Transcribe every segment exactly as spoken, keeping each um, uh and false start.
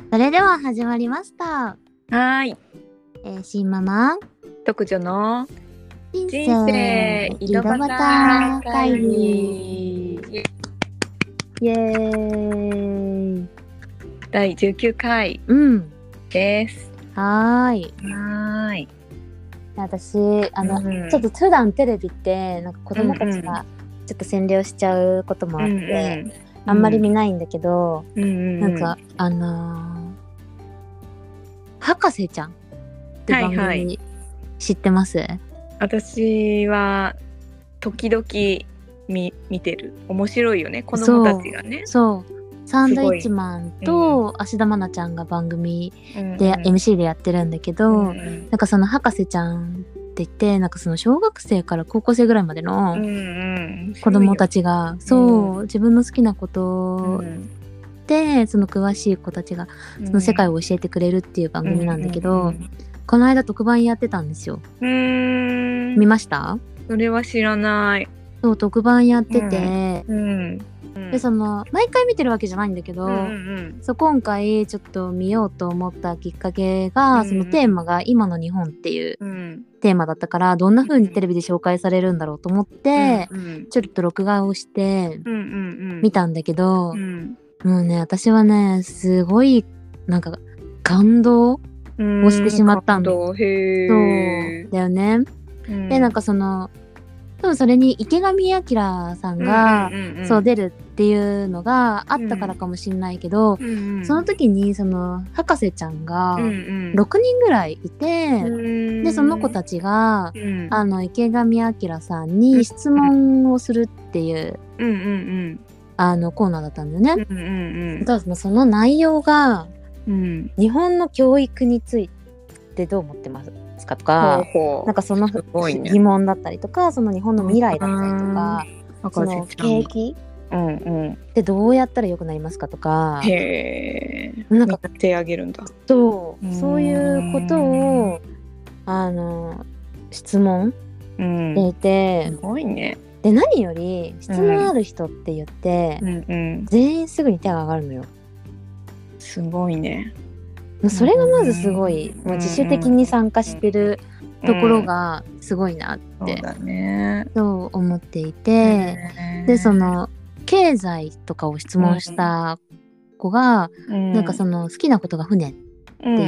それでは始まりました。 はーい。 えー、新ママ特女の人人生生井戸井戸端端会会議。 議イエーイ。 だいじゅうきゅうかいうんです。 はーい。 はーい。 私あの、 うん、 ちょっと普段テレビってなんか子供たちがちょっと占領しちゃうこともあって、 うんうん、 あんまり見ないんだけど、 うんうん、 なんかあのー博士ちゃんって番組、 はいはい、 知ってます？ 私は時々見見てる。面白いよね、子供たちがね。 そうそうサンドイッチマンと芦田愛菜ちゃんが番組で エムシー でやってるんだけど、 うんうん、 なんかその博士ちゃんって言ってなんかその小学生から高校生ぐらいまでの子供たちが、うんうん、そう、自分の好きなことで、その詳しい子たちがその世界を教えてくれるっていう番組なんだけど、うんうんうん、この間特番やってたんですよ。 うーん、 見ました？ それは知らない。 そう、特番やってて、 うんうん、 でその毎回見てるわけじゃないんだけど、うんうんうん、そう今回ちょっと見ようと思ったきっかけが、うんうん、そのテーマが今の日本っていうテーマだったから、どんな風にテレビで紹介されるんだろうと思って、うんうん、ちょっと録画をして見たんだけど、うんうんうん、もうね私はねすごいなんか感動をしてしまったんだ。そうだよね、うん、でなんかその多分それに池上彰さんが、うんうんうんうん、そう出るっていうのがあったからかもしれないけど、うんうん、その時にその博士ちゃんがろくにんぐらいいて、うんうん、でその子たちが、うん、あの池上彰さんに質問をするっていう、うんうんうん、あのコーナーだったんだよね。うんうんうん、だからその内容が、うん、日本の教育についてどう思ってますかとか、ほうほう、なんかその、ね、疑問だったりとか、その日本の未来だったりとか、その景気、うんうん、でどうやったら良くなりますかとか、 へー、なんか手あげるんだ。 そう、そういうことをあの質問していて、うん、 すごいね。 で何より質問ある人って言って、うんうんうん、全員すぐに手が上がるのよ。 すごいね。 それがまずすごい、もう自主的に参加してるところがすごいなって、 そうだね、 そう思っていて、でその経済とかを質問した子が、うん、なんかその好きなことが船って言って、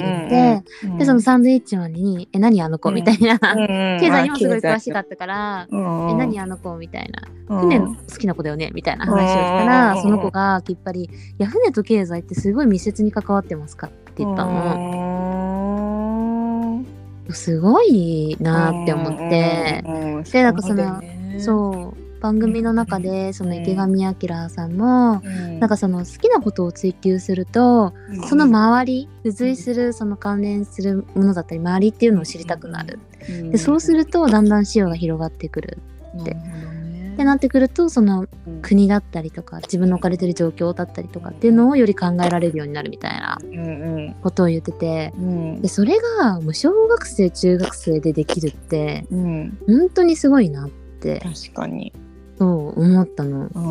うんうん、でそのサンドイッチマンに「え何あの子」みたいな、うんうん、経済にもすごい詳しかったから「うん、え何あの子」みたいな、うん、船好きな子だよねみたいな話をしたら、うん、その子がきっぱり「いや船と経済ってすごい密接に関わってますか?」って言ったの。すごいなって思って、でなんかそのそう番組の中でその池上彰さんも、うん、なんかその好きなことを追求すると、うん、その周り付随するその関連するものだったり周りっていうのを知りたくなる、うん、でそうするとだんだん視野が広がってくるって、うん、ってなってくるとその国だったりとか自分の置かれてる状況だったりとかっていうのをより考えられるようになるみたいなことを言ってて、うん、でそれがもう小学生中学生でできるって、うん、本当にすごいなって確かにそう思ったの。 うん、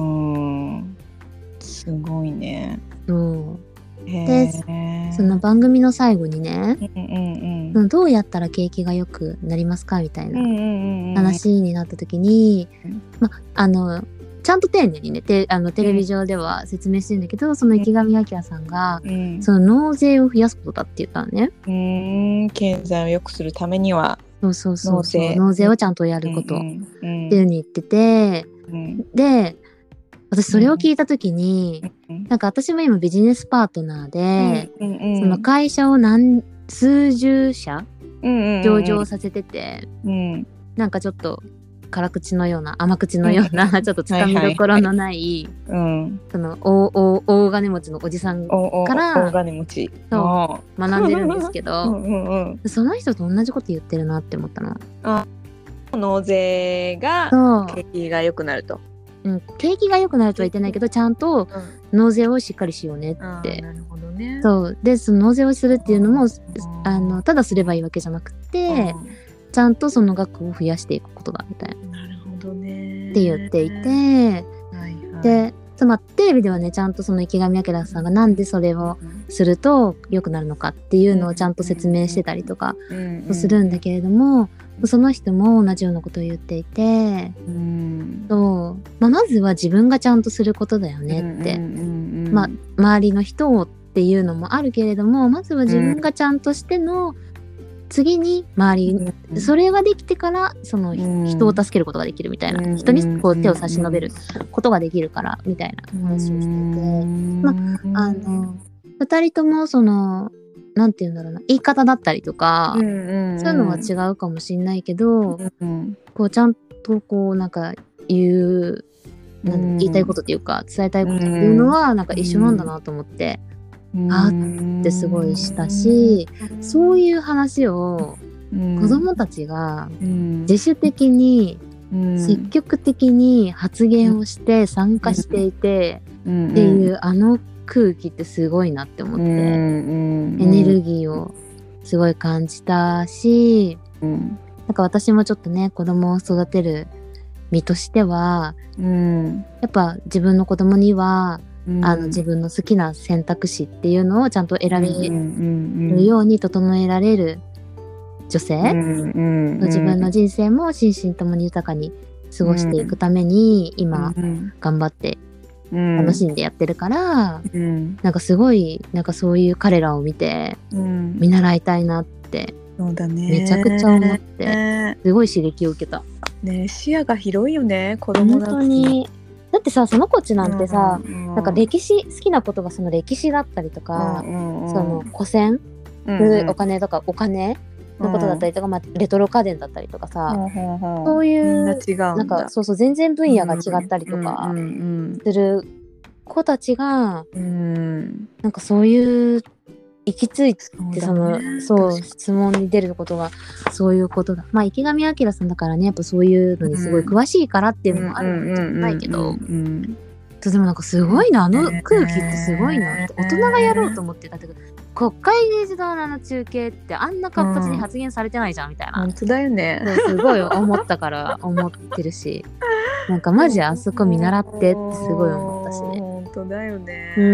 すごいね。 そうでその番組の最後にね、うんうんうん、どうやったら景気が良くなりますかみたいな話になった時に、うんうんうんま、あのちゃんと丁寧にねてあのテレビ上では説明してるんだけど、うん、その池上彰さんが、うん、その納税を増やすことだって言ったのね。 うーん経済を良くするためにはそうそうそうそう納税、納税をちゃんとやること、うんうん、っていう風に言ってて、うん、で私それを聞いた時に、うん、なんか私も今ビジネスパートナーで、うんうんうん、その会社を何数十社上場させてて、うん、なんかちょっと辛口のような甘口のような、うん、ちょっとつかみどころのない、はいはいはい、その大, 大, 大金持ちのおじさんから大金持ちそう学んでるんですけどうんうん、うん、その人と同じこと言ってるなって思ったの。 あ納税が景気が良くなると、 うん、景気が良くなるとは言ってないけどちゃんと納税をしっかりしようねって、うん、 なるほどね。 そうでその納税をするっていうのもあのただすればいいわけじゃなくて、うん、ちゃんとその額を増やしていくことだみたいな。 なるほどねって言っていて、はいはい、でそう、まあ、テレビではねちゃんとその池上彰さんがなんでそれをすると良くなるのかっていうのをちゃんと説明してたりとかするんだけれども、その人も同じようなことを言っていて、うん、そう、まあ、まずは自分がちゃんとすることだよねって、まあ、周りの人をっていうのもあるけれども、まずは自分がちゃんとしての次に周り、うん、それができてからその人を助けることができるみたいな、うん、人にこう手を差し伸べることができるからみたいな話をしてて、まあ、あのふたりともそのなんて言うんだろうな、言い方だったりとか、うんうんうん、そういうのは違うかもしんないけど、うんうん、こうちゃんとこうなんか言う、なん、言いたいことっていうか伝えたいことっていうのはなんか一緒なんだなと思って、うん、あってすごいしたし、そういう話を子どもたちが自主的に積極的に発言をして参加していてっていうあの空気ってすごいなって思って、エネルギーをすごい感じたし、なんか私もちょっとね子供を育てる身としては、やっぱ自分の子供にはあの自分の好きな選択肢っていうのをちゃんと選べるように整えられる女性、自分の人生も心身ともに豊かに過ごしていくために今頑張って楽しんでやってるから、なんかすごいなんかそういう彼らを見て見習いたいなってめちゃくちゃ思って、すごい刺激を受けた。 ね、視野が広いよね、子供だと。 本当にだってさ、その子ちなんてさ、うんうん、なんか歴史好きなことがその歴史だったりとか、うんうん、その古銭、うんうん、お金とかお金のことだったりとか、うん、まあ、レトロ家電だったりとかさ、うん、そういうなんかそうそう全然分野が違ったりとかする子たちが、うん、なんかそういう行き着いてそのそう質問に出ることがそういうことだ。まあ池上彰さんだからね、やっぱそういうのにすごい詳しいからっていうのもあるわけじゃないけど、でもなんかすごいな、あの空気ってすごいなって、大人がやろうと思ってたけど、国会議事堂の中継ってあんな活発に発言されてないじゃんみたいな、 本当だよね、 すごい思ったから思ってるし、なんかマジあそこ見習ってってすごい思ったしね。 本当だよね。うん、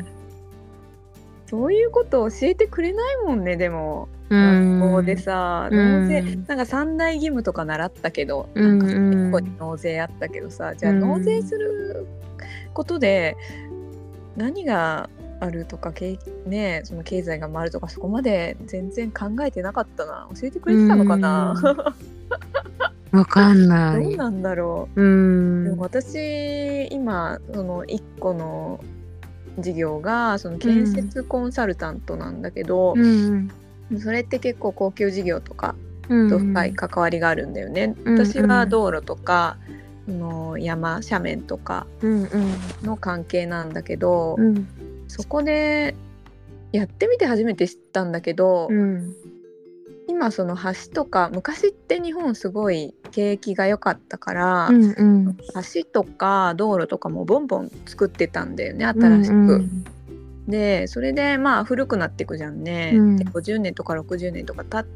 そういうことを教えてくれないもんね。でも学校でさ、納税なんか三大義務とか習ったけど、なんか結構に納税あったけどさ、じゃあ納税することで何があるとか、ね、その経済が回るとかそこまで全然考えてなかったな。教えてくれてたのかな。 わかんない。 どうなんだろう。うん、でも私今その一個の事業がその建設コンサルタントなんだけど、うんうん、それって結構高級事業とかと深い関わりがあるんだよね、うんうん、私は道路とかその山斜面とかの関係なんだけど、うんうん、そこでやってみて初めて知ったんだけど、うん、今その橋とか昔って日本すごい景気が良かったから、うんうん、橋とか道路とかもボンボン作ってたんだよね、新しく、うんうん、でそれでまあ古くなっていくじゃんね、うん、でごじゅうねんとかろくじゅうねんとか経って、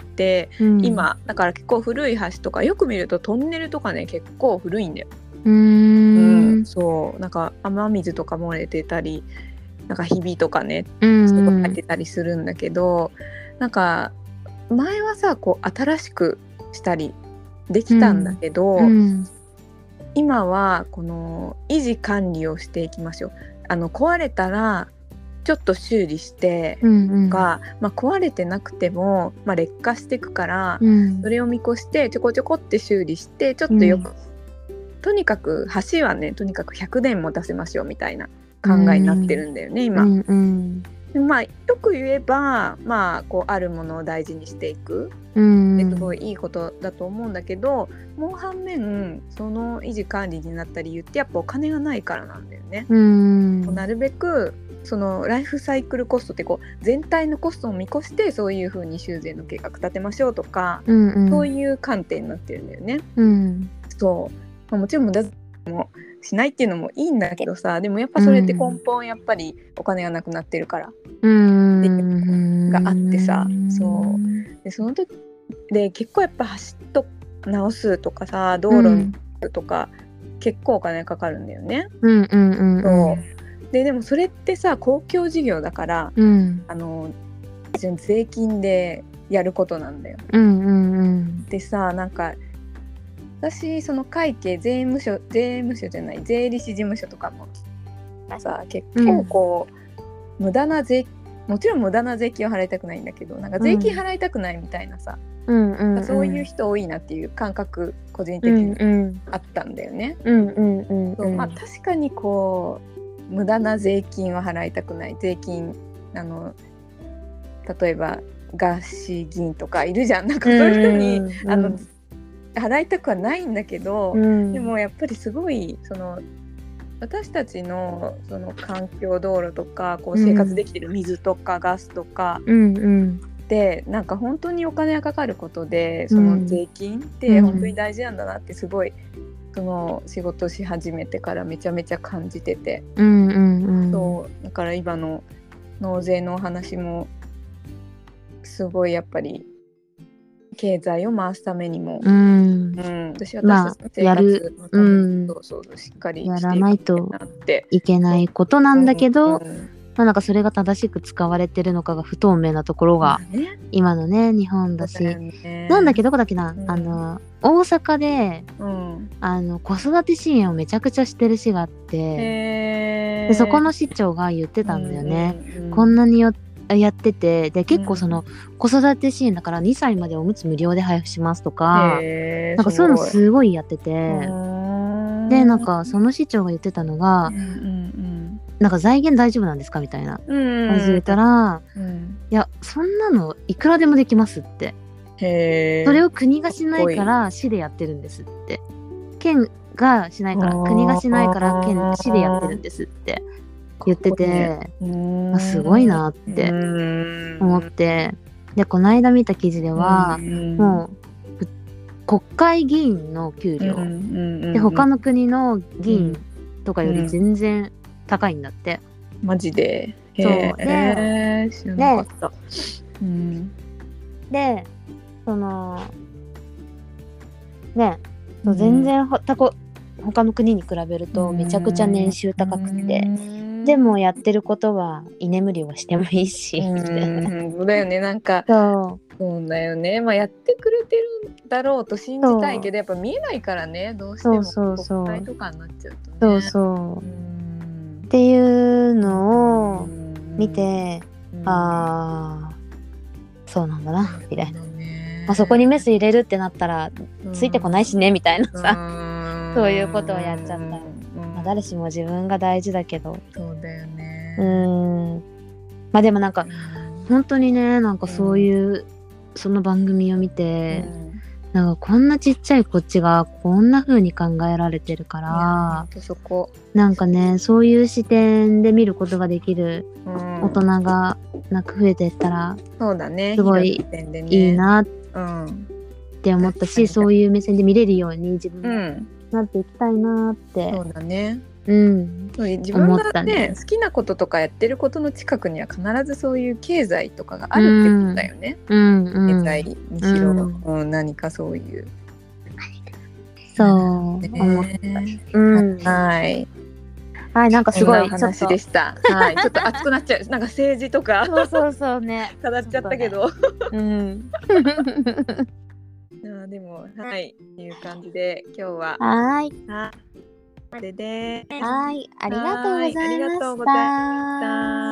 うん、今だから結構古い橋とかよく見るとトンネルとかね結構古いんだよ。うーん、うん、そうなんか雨水とか漏れてたりなんかひびとかねそういうの入ってたりするんだけど、なんか前はさこう新しくしたりできたんだけど、うんうん、今はこの維持管理をしていきましょう。あの壊れたらちょっと修理してとか、うんうんまあ、壊れてなくても、まあ、劣化していくから、うん、それを見越してちょこちょこって修理してちょっとよく、うん、とにかく橋はねとにかくひゃくねんも出せましょうみたいな考えになってるんだよね、うん、今、うんうんまあ、よく言えば、まあ、こうあるものを大事にしていくってすごいいいことだと思うんだけど、もう反面その維持管理になった理由ってやっぱお金がないからなんだよね。うんなるべくそのライフサイクルコストってこう全体のコストを見越してそういう風に修繕の計画立てましょうとか、うんうん、そういう観点になってるんだよね。うん、そう、まあ、もちろん無駄もしないっていうのもいいんだけどさ、でもやっぱそれって根本やっぱりお金がなくなってるからっていうのがあってさ、そうでその時で結構やっぱ橋と直すとかさ道路とか結構お金かかるんだよね。 うんうんうん、うん、 そうででもそれってさ公共事業だから、 うん、 あの税金でやることなんだよ。 うんうんうん、でさなんか私その会計税務署税務署じゃない税理士事務所とかもさ結構こう、うん、無駄な税もちろん無駄な税金を払いたくないんだけどなんか税金払いたくないみたいなさ、 うんうんうん、 そういう人多いなっていう感覚個人的にあったんだよね。まあ確かにこう無駄な税金は払いたくない税金あの例えばガーシー議員とかいるじゃんなんかそういう人に、うんうん、あの払いたくはないんだけど、うん、でもやっぱりすごいその私たち の, その環境道路とかこう生活できてる水とかガスとか、うんうん、でなんか本当にお金がかかることでその税金って本当に大事なんだなってすごいその仕事し始めてからめちゃめちゃ感じてて、うんうんうん、そうだから今の納税のお話もすごいやっぱり経済を回すためにも、うんうん、私は私たちの生活のためにそうそうしっかりしていかないといけないことなんだけど、うんうん、まあ、なんかそれが正しく使われてるのかが不透明なところが今のね日本だし、だね、なんだっけどこだっけな、うん、あの大阪で、うん、あの子育て支援をめちゃくちゃしてる市があって、でそこの市長が言ってたんだよね、うんうんうん、こんなによってやっててで結構その、うん、子育て支援だからにさいまでおむつ無料で配布しますとかなんかそういうのすごいやっててでなんかその市長が言ってたのが、うんうんうん、なんか財源大丈夫なんですかみたいな感じで言ったら、うん、いやそんなのいくらでもできますってへそれを国がしないから市でやってるんですって県がしないから国がしないから県市でやってるんですって言ってて、ね、すごいなって思ってでこの間見た記事ではもう国会議員の給料で他の国の議員とかより全然高いんだって、 うん、マジでそうで知らなかったで、うん、でそのね、うん、全然ほたこ他の国に比べるとめちゃくちゃ年収高くて、うんでもやってることは居眠りをしてもいいし、うん、 そうだよねなんかそうそうだよねまあやってくれてるんだろうと信じたいけどやっぱ見えないからねどうしても国会とかになっちゃうとねそうそううんっていうのを見てああそうなんだなみたいな、ねまあ、そこにメス入れるってなったらついてこないしねみたいなさそういうことをやっちゃったら誰しも自分が大事だけどそうだよねうんまあでもなんか本当にねなんかそういう、うん、その番組を見て、うん、なんかこんなちっちゃいこっちがこんな風に考えられてるからそこなんかねそういう視点で見ることができる大人がなんか増えてったら、 うん、そうだねすごいいいなって思ったし、うん、そういう目線で見れるように自分も、うんなっていきたいなってそうだねうん自分が ね, ね好きなこととかやってることの近くには必ずそういう経済とかがあるってことだよね、うんうん、経済にしろ、うんうん、何かそういうそう思った、うん、 はいはいなんかすごい話でしたはいちょっと熱くなっちゃうなんか政治とかそうそうそうね語っちゃったけど、ね、 うんあでもはいっていう感じで今日ははいはいでではいありがとうございました。 ありがとうございました。